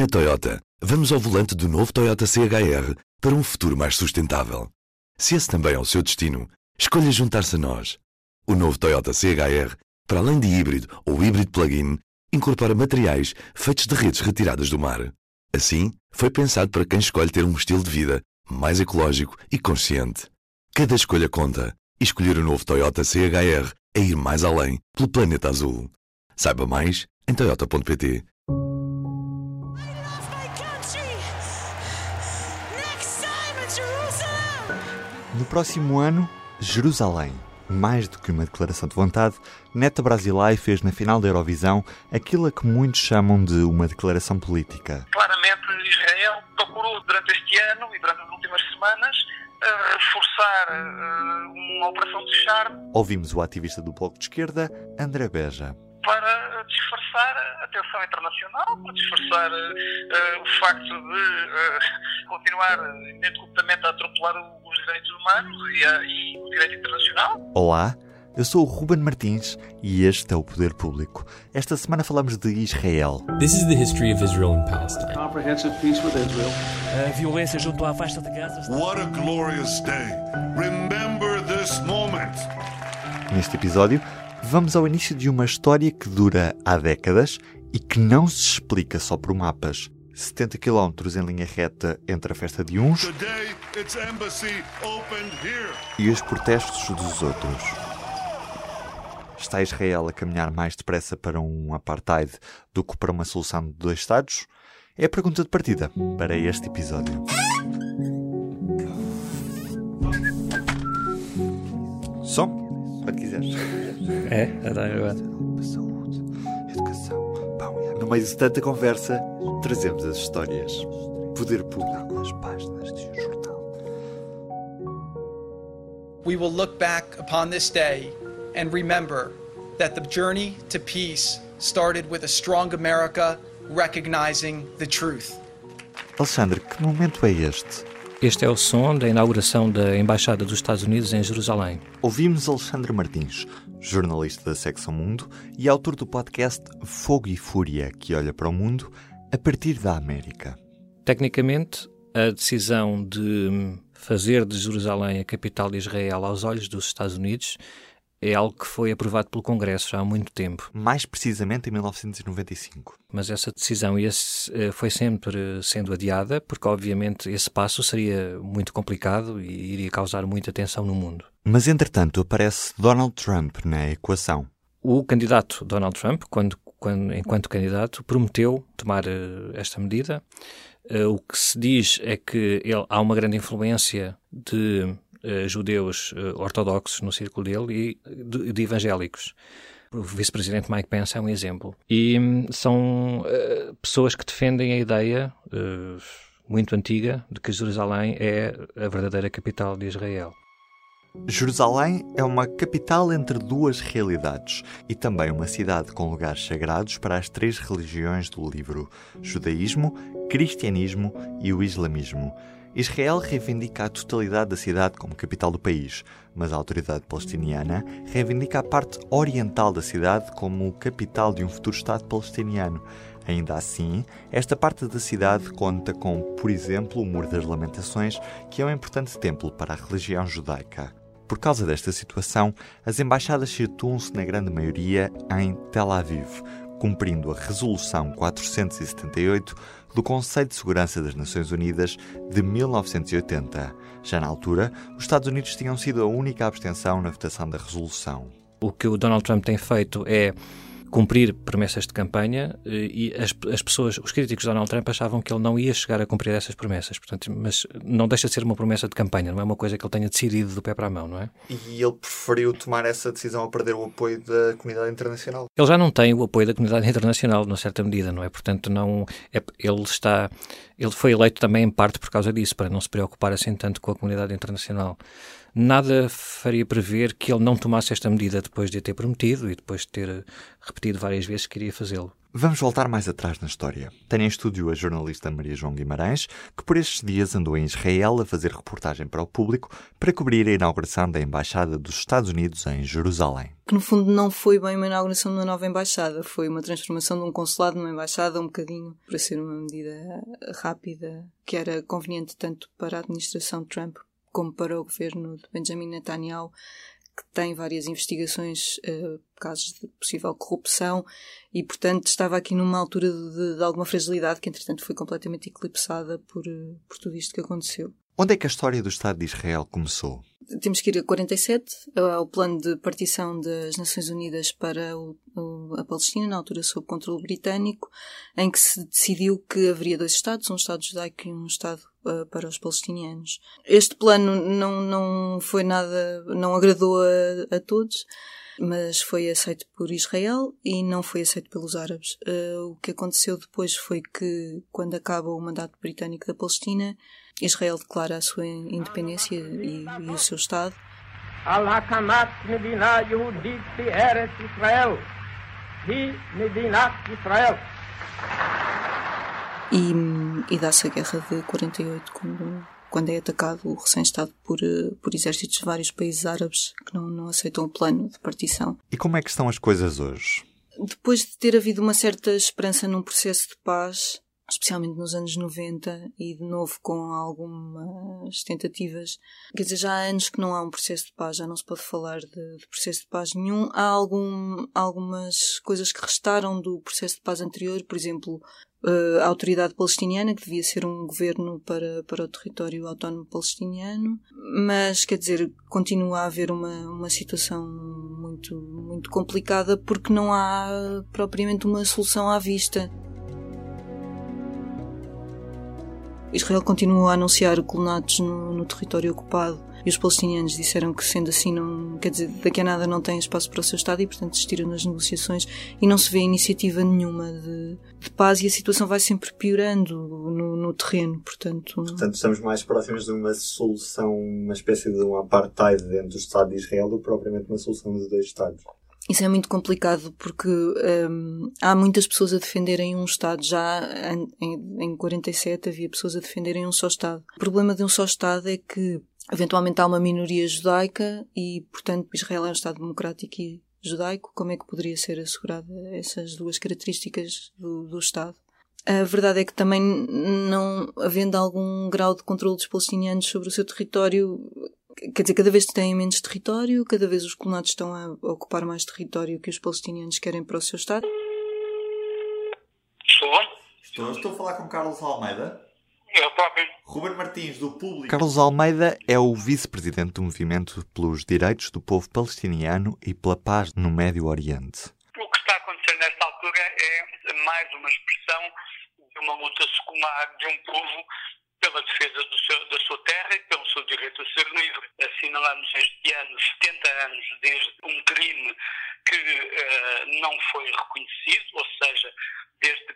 Na Toyota, vamos ao volante do novo Toyota CHR para um futuro mais sustentável. Se esse também é o seu destino, escolha juntar-se a nós. O novo Toyota CHR, para além de híbrido ou híbrido plug-in, incorpora materiais feitos de redes retiradas do mar. Assim, foi pensado para quem escolhe ter um estilo de vida mais ecológico e consciente. Cada escolha conta, e escolher o novo Toyota CHR é ir mais além pelo planeta azul. Saiba mais em toyota.pt. No próximo ano, Jerusalém. Mais do que uma declaração de vontade, Neta Brasilay fez na final da Eurovisão aquilo a que muitos chamam de uma declaração política. Claramente, Israel procurou durante este ano e durante as últimas semanas reforçar uma operação de charme. Ouvimos o ativista do Bloco de Esquerda, André Beja. Para disfarçar a atenção internacional, para disfarçar o facto de continuar ininterruptamente a atropelar os direitos humanos e o direito internacional. Olá, eu sou o Ruben Martins e este é o Poder Público. Esta semana falamos de Israel. This is the history of Israel and Palestine. Comprehensive peace with Israel. A violência junto à faixa de Gaza. What a glorious day. Remember this moment. Neste episódio, vamos ao início de uma história que dura há décadas e que não se explica só por mapas. 70 km em linha reta entre a festa de uns e os protestos dos outros. Está Israel a caminhar mais depressa para um apartheid do que para uma solução de 2 Estados? É a pergunta de partida para este episódio. Som? Quando quiseres. É? Agora. Saúde, educação, pão e água. No meio de tanta conversa, trazemos as histórias. Poder Público, as páginas de um jornal. We will look back upon this day and remember that the journey to peace started with a strong America recognizing the truth. Alexandre, que momento é este? Este é o som da inauguração da Embaixada dos Estados Unidos em Jerusalém. Ouvimos Alexandre Martins, jornalista da Secção Mundo e autor do podcast Fogo e Fúria, que olha para o mundo a partir da América. Tecnicamente, a decisão de fazer de Jerusalém a capital de Israel aos olhos dos Estados Unidos é algo que foi aprovado pelo Congresso já há muito tempo. Mais precisamente em 1995. Mas essa decisão foi sempre sendo adiada, porque obviamente esse passo seria muito complicado e iria causar muita tensão no mundo. Mas entretanto aparece Donald Trump na equação. O candidato Donald Trump, enquanto candidato, prometeu tomar esta medida. O que se diz é que há uma grande influência de judeus ortodoxos no círculo dele e de evangélicos. O vice-presidente Mike Pence é um exemplo. E são pessoas que defendem a ideia muito antiga de que Jerusalém é a verdadeira capital de Israel. Jerusalém é uma capital entre 2 realidades e também uma cidade com lugares sagrados para as 3 religiões do livro: judaísmo, cristianismo e o islamismo. Israel reivindica a totalidade da cidade como capital do país, mas a autoridade palestiniana reivindica a parte oriental da cidade como capital de um futuro Estado palestiniano. Ainda assim, esta parte da cidade conta com, por exemplo, o Muro das Lamentações, que é um importante templo para a religião judaica. Por causa desta situação, as embaixadas situam-se na grande maioria em Tel Aviv, cumprindo a Resolução 478 do Conselho de Segurança das Nações Unidas de 1980. Já na altura, os Estados Unidos tinham sido a única abstenção na votação da resolução. O que o Donald Trump tem feito é cumprir promessas de campanha e os críticos de Donald Trump achavam que ele não ia chegar a cumprir essas promessas. Portanto, mas não deixa de ser uma promessa de campanha, não é uma coisa que ele tenha decidido do pé para a mão, não é? E ele preferiu tomar essa decisão a perder o apoio da comunidade internacional? Ele já não tem o apoio da comunidade internacional, numa certa medida, não é? Portanto, ele foi eleito também em parte por causa disso, para não se preocupar assim tanto com a comunidade internacional. nada faria prever que ele não tomasse esta medida depois de a ter prometido e depois de ter repetido várias vezes que iria fazê-lo. Vamos voltar mais atrás na história. Tem em estúdio a jornalista Maria João Guimarães, que por estes dias andou em Israel a fazer reportagem para o público para cobrir a inauguração da Embaixada dos Estados Unidos em Jerusalém. Que no fundo não foi bem uma inauguração de uma nova embaixada, foi uma transformação de um consulado numa embaixada um bocadinho para ser uma medida rápida, que era conveniente tanto para a administração de Trump como para o governo de Benjamin Netanyahu, que tem várias investigações, casos de possível corrupção e, portanto, estava aqui numa altura de alguma fragilidade que, entretanto, foi completamente eclipsada por tudo isto que aconteceu. Onde é que a história do Estado de Israel começou? Temos que ir a 47, ao plano de partição das Nações Unidas para a Palestina, na altura sob controle britânico, em que se decidiu que haveria 2 Estados, um Estado judaico e um Estado para os palestinianos. Este plano não foi nada, não agradou a todos, mas foi aceito por Israel e não foi aceito pelos árabes. O que aconteceu depois foi que, quando acaba o mandato britânico da Palestina, Israel declara a sua independência e o seu Estado. Al-Hakamat Medina Yehudit Eretz Israel. Hi Medinat Israel. E dá-se a guerra de 48, quando é atacado o recém-Estado por exércitos de vários países árabes que não aceitam o plano de partição. E como é que estão as coisas hoje? Depois de ter havido uma certa esperança num processo de paz, especialmente nos anos 90, e de novo com algumas tentativas. Quer dizer, já há anos que não há um processo de paz, já não se pode falar de processo de paz nenhum. Há algumas coisas que restaram do processo de paz anterior, por exemplo, a autoridade palestiniana, que devia ser um governo para o território autónomo palestiniano, mas, quer dizer, continua a haver uma situação muito, muito complicada porque não há propriamente uma solução à vista. Israel continua a anunciar colonatos no território ocupado e os palestinianos disseram que, sendo assim, não, quer dizer, daqui a nada não tem espaço para o seu Estado e, portanto, desistiram nas negociações e não se vê iniciativa nenhuma de paz e a situação vai sempre piorando no terreno, portanto... Portanto, estamos mais próximos de uma solução, uma espécie de um apartheid dentro do Estado de Israel do que propriamente uma solução de 2 Estados. Isso é muito complicado porque há muitas pessoas a defenderem um Estado. Já em 47 havia pessoas a defenderem um só Estado. O problema de um só Estado é que eventualmente há uma minoria judaica e, portanto, Israel é um Estado democrático e judaico. Como é que poderia ser assegurada essas 2 características do Estado? A verdade é que também, não havendo algum grau de controle dos palestinianos sobre o seu território, quer dizer, cada vez têm menos território, cada vez os colonatos estão a ocupar mais território que os palestinianos querem para o seu Estado. Estou a falar com Carlos Almeida. Eu próprio. Ruben Martins, do Público. Carlos Almeida é o vice-presidente do Movimento pelos Direitos do Povo Palestiniano e pela Paz no Médio Oriente. O que está a acontecer nesta altura é mais uma expressão de uma luta secular de um povo pela defesa da sua terra e pelo seu direito a ser livre. Assinalamos este ano 70 anos desde um crime que não foi reconhecido, ou seja, desde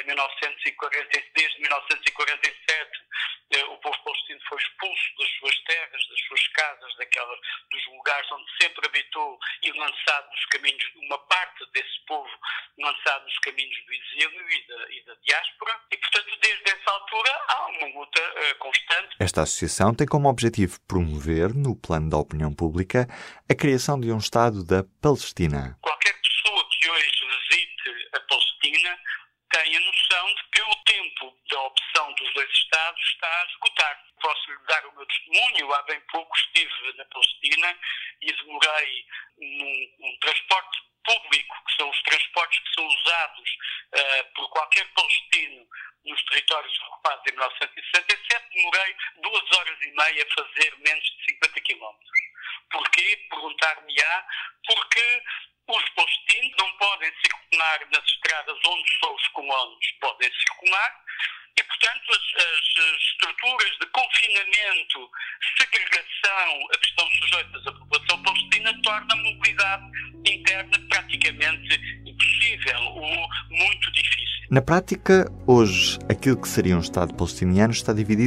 1947 o povo palestino foi expulso das suas terras, das suas casas, dos lugares onde sempre habitou e lançado nos caminhos, uma parte desse povo lançado nos caminhos do exílio e da diáspora, e portanto desde essa altura há uma luta constante. Esta associação tem como objetivo promover, no plano da opinião pública, a criação de um Estado da Palestina. Qualquer pessoa que hoje visite a Palestina tem a noção de que o tempo da opção dos 2 Estados está a esgotar. Posso lhe dar o meu testemunho. Há bem pouco estive na Palestina e demorei num transporte público, que são os transportes que são usados por qualquer palestino nos territórios ocupados em 1967, demorei 2 horas e meia a fazer menos de 50 quilómetros. Porquê? Perguntar-me-á, porque os palestinos não podem circular nas estradas onde só os colonos podem circular e, portanto, as estruturas de confinamento, segregação a que estão sujeitas a população palestina torna a mobilidade interna praticamente impossível ou muito difícil. Na prática, hoje, aquilo que seria um Estado palestiniano está dividido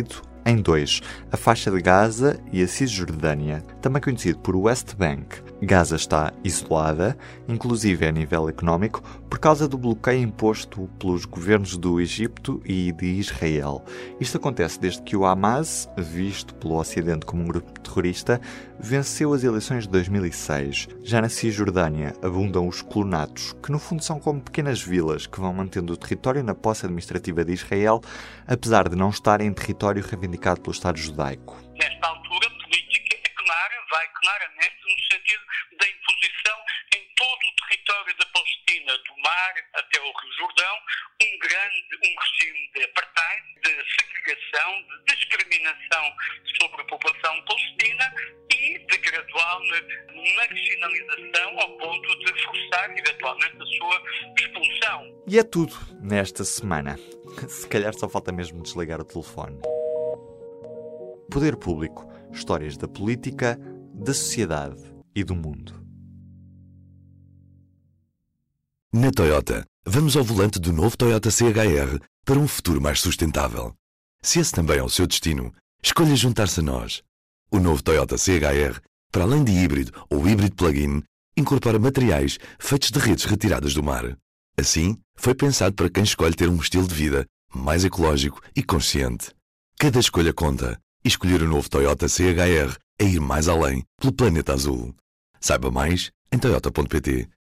em dois, a faixa de Gaza e a Cisjordânia, também conhecido por West Bank. Gaza está isolada, inclusive a nível económico, por causa do bloqueio imposto pelos governos do Egito e de Israel. Isto acontece desde que o Hamas, visto pelo Ocidente como um grupo terrorista, venceu as eleições de 2006. Já na Cisjordânia abundam os colonatos, que no fundo são como pequenas vilas que vão mantendo o território na posse administrativa de Israel, apesar de não estarem em território reivindicado pelo Estado judaico. Nesta altura, a política vai claramente no sentido da imposição em todo o território da Palestina, do mar até o Rio Jordão, um regime de apartheid, de segregação, de discriminação sobre a população palestina e de gradual marginalização ao ponto de forçar eventualmente a sua expulsão. E é tudo nesta semana. Se calhar só falta mesmo desligar o telefone. Poder Público. Histórias da política, da sociedade e do mundo. Na Toyota, vamos ao volante do novo Toyota CHR para um futuro mais sustentável. Se esse também é o seu destino, escolha juntar-se a nós. O novo Toyota CHR, para além de híbrido ou híbrido plug-in, incorpora materiais feitos de redes retiradas do mar. Assim, foi pensado para quem escolhe ter um estilo de vida mais ecológico e consciente. Cada escolha conta. E escolher o novo Toyota CHR é ir mais além pelo planeta azul. Saiba mais em toyota.pt.